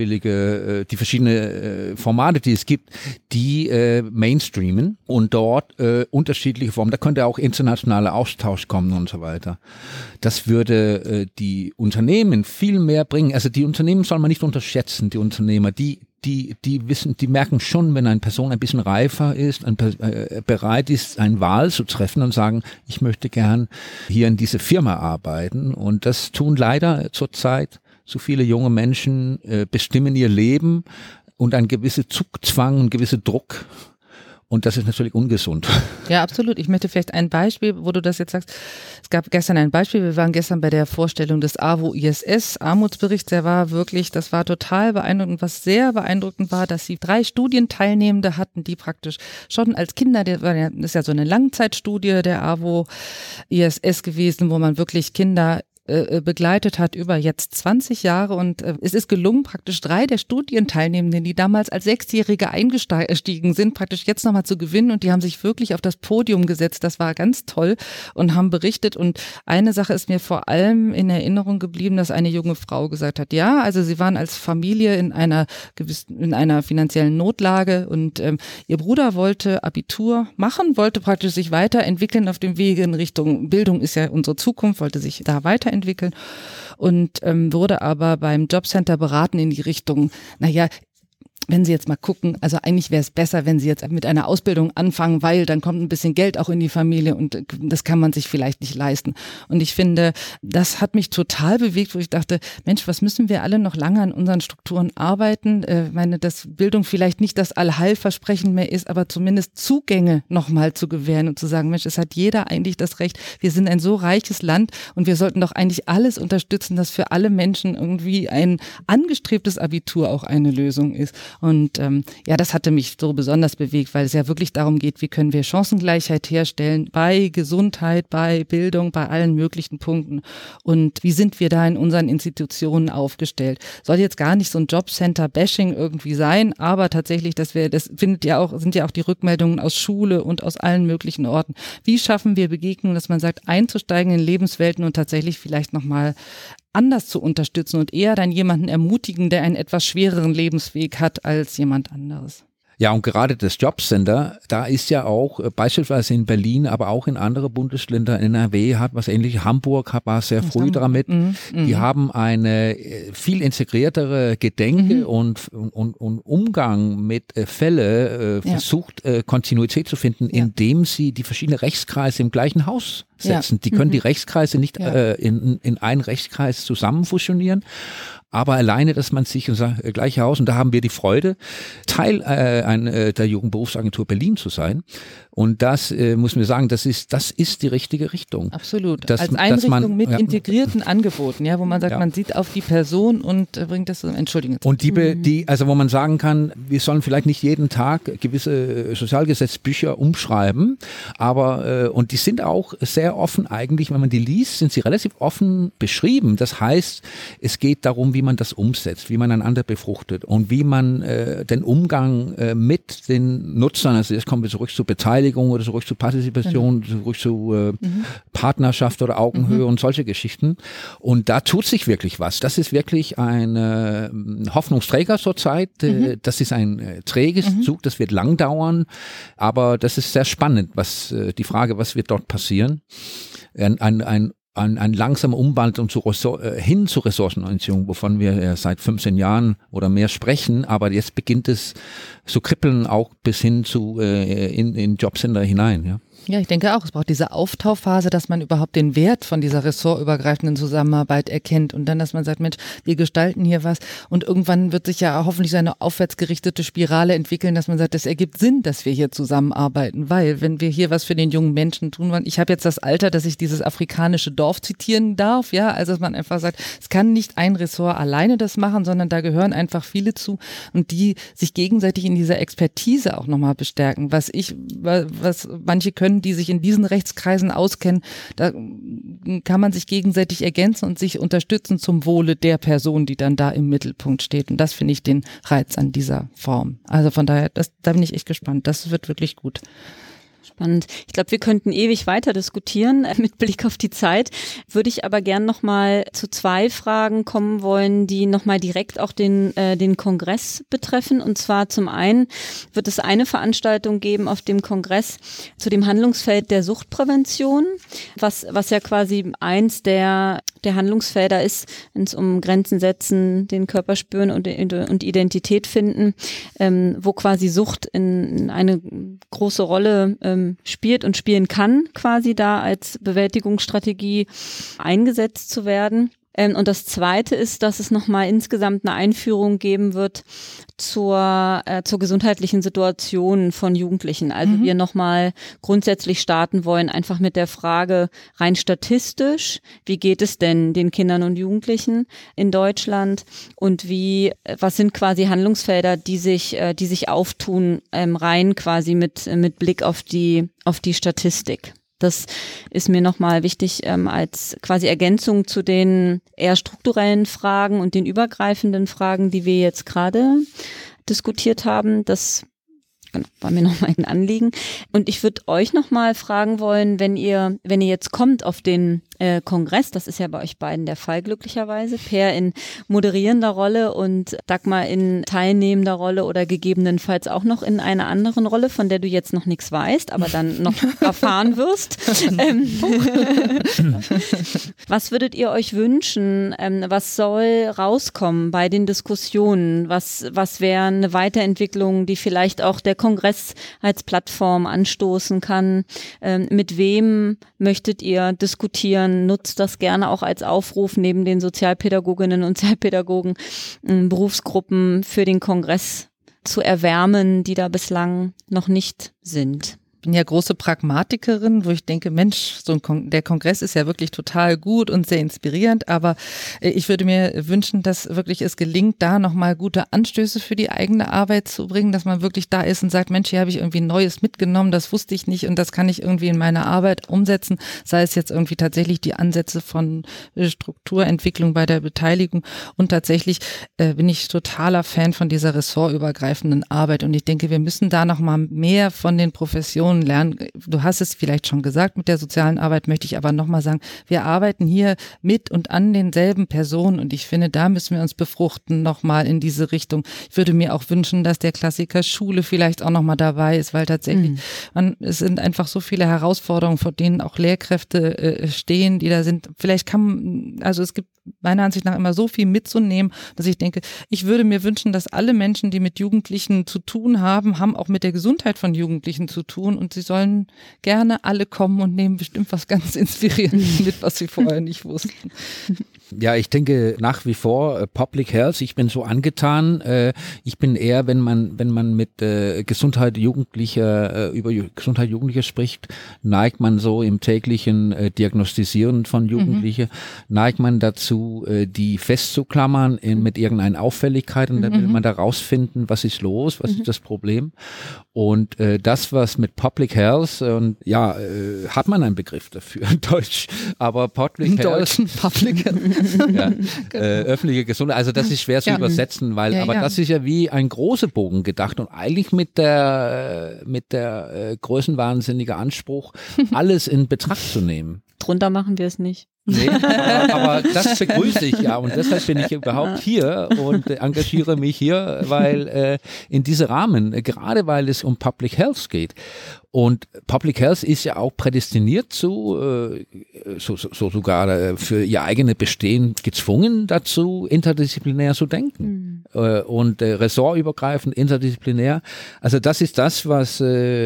die verschiedenen Formate, die es gibt, die mainstreamen und dort unterschiedliche Formen. Da könnte auch internationaler Austausch kommen und so weiter. Das würde die Unternehmen viel mehr bringen. Also die Unternehmen soll man nicht unterschätzen, die Unternehmer, die wissen, die merken schon, wenn eine Person ein bisschen reifer ist, bereit ist, eine Wahl zu treffen und sagen, ich möchte gern hier in diese Firma arbeiten. Und das tun leider zurzeit so viele junge Menschen, bestimmen ihr Leben und ein gewisser Zugzwang, ein gewisser Druck. Und das ist natürlich ungesund. Ja, absolut. Ich möchte vielleicht ein Beispiel, wo du das jetzt sagst. Es gab gestern ein Beispiel. Wir waren gestern bei der Vorstellung des AWO-ISS Armutsberichts. Das war total beeindruckend. Was sehr beeindruckend war, dass sie 3 Studienteilnehmende hatten, die praktisch schon als Kinder, das ist ja so eine Langzeitstudie der AWO-ISS gewesen, wo man wirklich Kinder begleitet hat über jetzt 20 Jahre und es ist gelungen, praktisch 3 der Studienteilnehmenden, die damals als 6-Jährige eingestiegen sind, praktisch jetzt nochmal zu gewinnen und die haben sich wirklich auf das Podium gesetzt. Das war ganz toll und haben berichtet und eine Sache ist mir vor allem in Erinnerung geblieben, dass eine junge Frau gesagt hat, ja, also sie waren als Familie in einer finanziellen Notlage und ihr Bruder wollte Abitur machen, wollte praktisch sich weiterentwickeln auf dem Wege in Richtung Bildung ist ja unsere Zukunft, wollte sich da weiterentwickeln weiterentwickeln und wurde aber beim Jobcenter beraten in die Richtung, wenn Sie jetzt mal gucken, also eigentlich wäre es besser, wenn Sie jetzt mit einer Ausbildung anfangen, weil dann kommt ein bisschen Geld auch in die Familie und das kann man sich vielleicht nicht leisten. Und ich finde, das hat mich total bewegt, wo ich dachte, Mensch, was müssen wir alle noch lange an unseren Strukturen arbeiten? Ich meine, dass Bildung vielleicht nicht das Allheilversprechen mehr ist, aber zumindest Zugänge nochmal zu gewähren und zu sagen, Mensch, es hat jeder eigentlich das Recht. Wir sind ein so reiches Land und wir sollten doch eigentlich alles unterstützen, dass für alle Menschen irgendwie ein angestrebtes Abitur auch eine Lösung ist. Und das hatte mich so besonders bewegt, weil es ja wirklich darum geht, wie können wir Chancengleichheit herstellen bei Gesundheit, bei Bildung, bei allen möglichen Punkten und wie sind wir da in unseren Institutionen aufgestellt. Soll jetzt gar nicht so ein Jobcenter-Bashing irgendwie sein, aber tatsächlich, das sind ja auch die Rückmeldungen aus Schule und aus allen möglichen Orten. Wie schaffen wir Begegnungen, dass man sagt, einzusteigen in Lebenswelten und tatsächlich vielleicht nochmal anders zu unterstützen und eher dann jemanden ermutigen, der einen etwas schwereren Lebensweg hat als jemand anderes. Ja, und gerade das Jobcenter, da ist ja auch beispielsweise in Berlin, aber auch in anderen Bundesländern, NRW hat was Ähnliches, Hamburg war sehr früh damit. Die haben eine viel integriertere Gedenke und Umgang mit Fälle versucht, Kontinuität zu finden, indem sie die verschiedenen Rechtskreise im gleichen Haus setzen. Die können die Rechtskreise nicht in einen Rechtskreis zusammen fusionieren. Aber alleine, dass man sich gleiche Haus, und da haben wir die Freude, Teil der Jugendberufsagentur Berlin zu sein. Und das muss man sagen, das ist die richtige Richtung. Absolut. Als Einrichtung mit integrierten Angeboten, wo man sagt, man sieht auf die Person und bringt das so, Entschuldigung. Und also wo man sagen kann, wir sollen vielleicht nicht jeden Tag gewisse Sozialgesetzbücher umschreiben, aber und die sind auch sehr offen eigentlich, wenn man die liest, sind sie relativ offen beschrieben. Das heißt, es geht darum, wie man das umsetzt, wie man einander befruchtet und wie man den Umgang mit den Nutzern, also jetzt kommen wir zurück zur Beteiligung oder zurück zur Partizipation, zurück zu Partnerschaft oder Augenhöhe und solche Geschichten. Und da tut sich wirklich was. Das ist wirklich ein Hoffnungsträger zurzeit. Das ist ein träges Zug, das wird lang dauern, aber das ist sehr spannend, die Frage, was wird dort passieren. Ein langsamer Umwandlung hin zur Ressourcenorientierung, wovon wir seit 15 Jahren oder mehr sprechen, aber jetzt beginnt es zu kribbeln, auch bis hin zu in Jobcenter hinein, ja. Ja, ich denke auch, es braucht diese Auftauphase, dass man überhaupt den Wert von dieser ressortübergreifenden Zusammenarbeit erkennt und dann, dass man sagt, Mensch, wir gestalten hier was und irgendwann wird sich ja hoffentlich so eine aufwärtsgerichtete Spirale entwickeln, dass man sagt, es ergibt Sinn, dass wir hier zusammenarbeiten, weil wenn wir hier was für den jungen Menschen tun wollen, ich habe jetzt das Alter, dass ich dieses afrikanische Dorf zitieren darf, also dass man einfach sagt, es kann nicht ein Ressort alleine das machen, sondern da gehören einfach viele zu und die sich gegenseitig in dieser Expertise auch nochmal bestärken, was manche können, die sich in diesen Rechtskreisen auskennen, da kann man sich gegenseitig ergänzen und sich unterstützen zum Wohle der Person, die dann da im Mittelpunkt steht. Und das finde ich den Reiz an dieser Form. Also von daher, da bin ich echt gespannt. Das wird wirklich gut. Spannend. Ich glaube, wir könnten ewig weiter diskutieren mit Blick auf die Zeit. Würde ich aber gern nochmal zu 2 Fragen kommen wollen, die nochmal direkt auch den Kongress betreffen. Und zwar zum einen wird es eine Veranstaltung geben auf dem Kongress zu dem Handlungsfeld der Suchtprävention, was ja quasi eins der Handlungsfelder ist, wenn es um Grenzen setzen, den Körper spüren und Identität finden, wo quasi Sucht in eine große Rolle spielt und spielen kann, quasi da als Bewältigungsstrategie eingesetzt zu werden. Und das Zweite ist, dass es nochmal insgesamt eine Einführung geben wird zur gesundheitlichen Situation von Jugendlichen. Also wir nochmal grundsätzlich starten wollen, einfach mit der Frage rein statistisch, wie geht es denn den Kindern und Jugendlichen in Deutschland und was sind quasi Handlungsfelder, die sich auftun, rein quasi mit Blick auf die Statistik. Das ist mir nochmal wichtig als quasi Ergänzung zu den eher strukturellen Fragen und den übergreifenden Fragen, die wir jetzt gerade diskutiert haben. Das Genau, war mir nochmal ein Anliegen. Und ich würde euch nochmal fragen wollen, wenn ihr jetzt kommt auf den Kongress, das ist ja bei euch beiden der Fall glücklicherweise, Per in moderierender Rolle und Dagmar in teilnehmender Rolle oder gegebenenfalls auch noch in einer anderen Rolle, von der du jetzt noch nichts weißt, aber dann noch erfahren wirst. Was würdet ihr euch wünschen? Was soll rauskommen bei den Diskussionen? Was wäre eine Weiterentwicklung, die vielleicht auch der Kongress als Plattform anstoßen kann? Mit wem möchtet ihr diskutieren? Nutzt das gerne auch als Aufruf neben den Sozialpädagoginnen und Sozialpädagogen, Berufsgruppen für den Kongress zu erwärmen, die da bislang noch nicht sind. Ich bin ja große Pragmatikerin, wo ich denke, Mensch, der Kongress ist ja wirklich total gut und sehr inspirierend, aber ich würde mir wünschen, dass wirklich es gelingt, da nochmal gute Anstöße für die eigene Arbeit zu bringen, dass man wirklich da ist und sagt, Mensch, hier habe ich irgendwie Neues mitgenommen, das wusste ich nicht und das kann ich irgendwie in meiner Arbeit umsetzen, sei es jetzt irgendwie tatsächlich die Ansätze von Strukturentwicklung bei der Beteiligung und tatsächlich bin ich totaler Fan von dieser ressortübergreifenden Arbeit und ich denke, wir müssen da nochmal mehr von den Professionen lernen. Du hast es vielleicht schon gesagt, mit der sozialen Arbeit möchte ich aber nochmal sagen, wir arbeiten hier mit und an denselben Personen und ich finde, da müssen wir uns befruchten nochmal in diese Richtung. Ich würde mir auch wünschen, dass der Klassiker Schule vielleicht auch nochmal dabei ist, weil tatsächlich es sind einfach so viele Herausforderungen, vor denen auch Lehrkräfte stehen, die da sind. Vielleicht es gibt meiner Ansicht nach immer so viel mitzunehmen, dass ich denke, ich würde mir wünschen, dass alle Menschen, die mit Jugendlichen zu tun haben auch mit der Gesundheit von Jugendlichen zu tun und sie sollen gerne alle kommen und nehmen bestimmt was ganz Inspirierendes mit, was sie vorher nicht wussten. Ja, ich denke nach wie vor Public Health. Ich bin so angetan. Ich bin eher, wenn man mit Gesundheit Jugendlicher über Gesundheit Jugendlicher spricht, neigt man so im täglichen Diagnostisieren von Jugendlichen, neigt man dazu, die festzuklammern mit irgendeiner Auffälligkeit und dann will man da rausfinden, was ist los, was ist das Problem. Und das, was mit Public Health und hat man einen Begriff dafür in Deutsch, aber Public Health. Public Health. Ja, öffentliche Gesundheit, also das ist schwer zu übersetzen, weil das ist ja wie ein großer Bogen gedacht und eigentlich mit der größenwahnsinnige Anspruch, alles in Betracht zu nehmen. Drunter machen wir es nicht. Nee, aber das begrüße ich ja und deshalb bin ich überhaupt hier und engagiere mich hier, weil in diesem Rahmen, gerade weil es um Public Health geht und Public Health ist ja auch prädestiniert so sogar für ihr eigenes Bestehen gezwungen dazu, interdisziplinär zu denken und ressortübergreifend, interdisziplinär. Also das ist das, was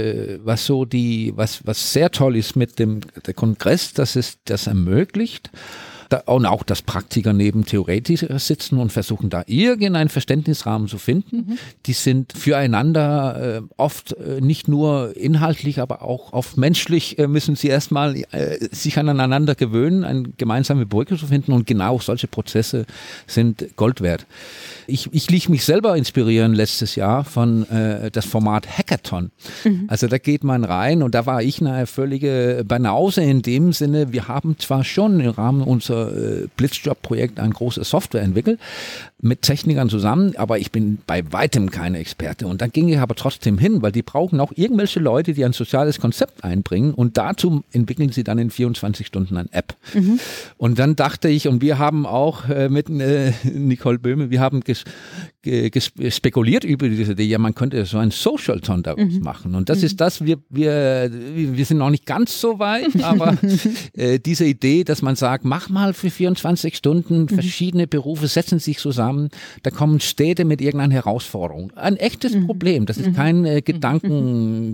sehr toll ist mit der Kongress, dass es das ermöglicht. Und auch, dass Praktiker neben Theoretiker sitzen und versuchen, da irgendeinen Verständnisrahmen zu finden. Die sind füreinander oft nicht nur inhaltlich, aber auch oft menschlich müssen sie erstmal sich aneinander gewöhnen, eine gemeinsame Brücke zu finden und genau solche Prozesse sind Gold wert. Ich ließ mich selber inspirieren letztes Jahr von das Format Hackathon. Also da geht man rein und da war ich eine völlige Banause in dem Sinne, wir haben zwar schon im Rahmen unserer Blitzjob-Projekt eine große Software entwickelt, mit Technikern zusammen, aber ich bin bei weitem keine Experte und dann ging ich aber trotzdem hin, weil die brauchen auch irgendwelche Leute, die ein soziales Konzept einbringen und dazu entwickeln sie dann in 24 Stunden eine App. Und dann dachte ich, und wir haben auch mit Nicole Böhme, wir haben spekuliert über diese Idee, ja, man könnte so ein Social-Ton daraus machen und das ist das, wir sind noch nicht ganz so weit, aber diese Idee, dass man sagt, mach mal für 24 Stunden verschiedene Berufe, setzen sich zusammen, da kommen Städte mit irgendeiner Herausforderung. Ein echtes Problem, das ist kein Illusion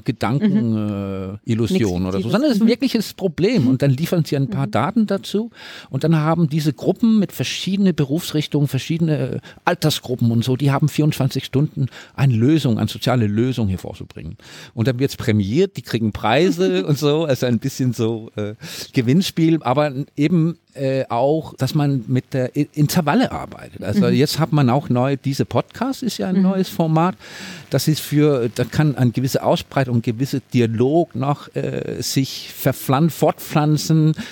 oder so, sondern es ist ein wirkliches Problem und dann liefern sie ein paar Daten dazu und dann haben diese Gruppen mit verschiedenen Berufsrichtungen, verschiedene Altersgruppen und so, die haben 24 Stunden eine soziale Lösung hervorzubringen. Und dann wird es prämiert, die kriegen Preise und so, also ein bisschen so Gewinnspiel, aber eben auch, dass man mit der Intervalle arbeitet. Also jetzt hat man auch neu, diese Podcast ist ja ein neues Format, da kann eine gewisse Ausbreitung, ein gewisser Dialog noch sich fortpflanzen.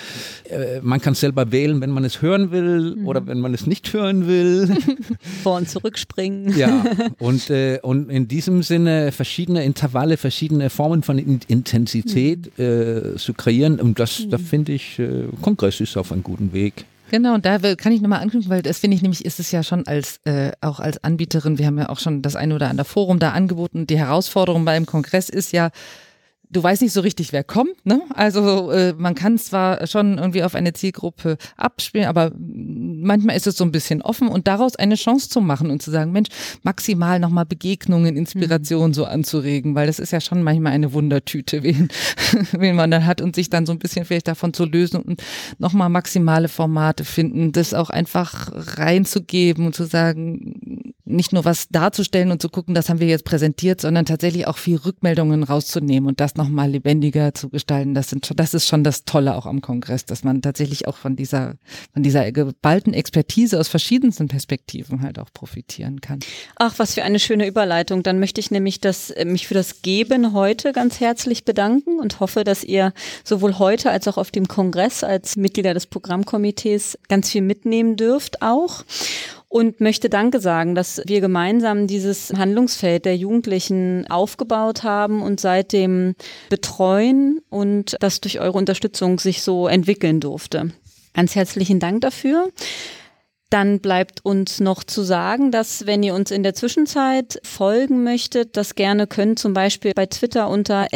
Man kann selber wählen, wenn man es hören will oder wenn man es nicht hören will. Vor- und zurückspringen. Ja, und in diesem Sinne verschiedene Intervalle, verschiedene Formen von Intensität zu kreieren. Und da finde ich, Kongress ist auf einem guten Weg. Genau, und da kann ich nochmal anknüpfen, weil das finde ich nämlich, ist es ja schon auch als Anbieterin, wir haben ja auch schon das eine oder andere Forum da angeboten. Die Herausforderung beim Kongress ist ja, du weißt nicht so richtig, wer kommt, ne? Also man kann zwar schon irgendwie auf eine Zielgruppe abspielen, aber manchmal ist es so ein bisschen offen und daraus eine Chance zu machen und zu sagen, Mensch, maximal nochmal Begegnungen, Inspiration so anzuregen, weil das ist ja schon manchmal eine Wundertüte, wen man dann hat und sich dann so ein bisschen vielleicht davon zu lösen und nochmal maximale Formate finden, das auch einfach reinzugeben und zu sagen, nicht nur was darzustellen und zu gucken, das haben wir jetzt präsentiert, sondern tatsächlich auch viel Rückmeldungen rauszunehmen und das nochmal lebendiger zu gestalten. Das ist schon das Tolle auch am Kongress, dass man tatsächlich auch von dieser geballten Expertise aus verschiedensten Perspektiven halt auch profitieren kann. Ach, was für eine schöne Überleitung. Dann möchte ich nämlich mich für das Geben heute ganz herzlich bedanken und hoffe, dass ihr sowohl heute als auch auf dem Kongress als Mitglieder des Programmkomitees ganz viel mitnehmen dürft auch. Und möchte Danke sagen, dass wir gemeinsam dieses Handlungsfeld der Jugendlichen aufgebaut haben und seitdem betreuen und das durch eure Unterstützung sich so entwickeln durfte. Ganz herzlichen Dank dafür. Dann bleibt uns noch zu sagen, dass wenn ihr uns in der Zwischenzeit folgen möchtet, das gerne könnt, zum Beispiel bei Twitter unter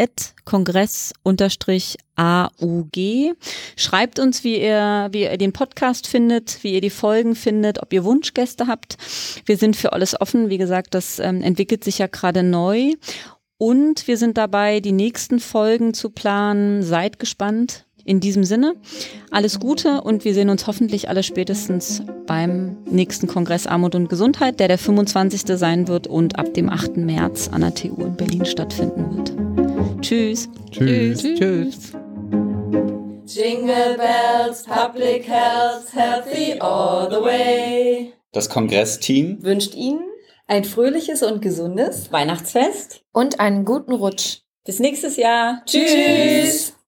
@kongress_AUG. Schreibt uns, wie ihr den Podcast findet, wie ihr die Folgen findet, ob ihr Wunschgäste habt. Wir sind für alles offen. Wie gesagt, das entwickelt sich ja gerade neu. Und wir sind dabei, die nächsten Folgen zu planen. Seid gespannt. In diesem Sinne, alles Gute und wir sehen uns hoffentlich alle spätestens beim nächsten Kongress Armut und Gesundheit, der 25. sein wird und ab dem 8. März an der TU in Berlin stattfinden wird. Tschüss. Tschüss. Tschüss. Jingle bells, public health, healthy all the way. Das Kongressteam Wünscht Ihnen ein fröhliches und gesundes Weihnachtsfest und einen guten Rutsch. Bis nächstes Jahr. Tschüss.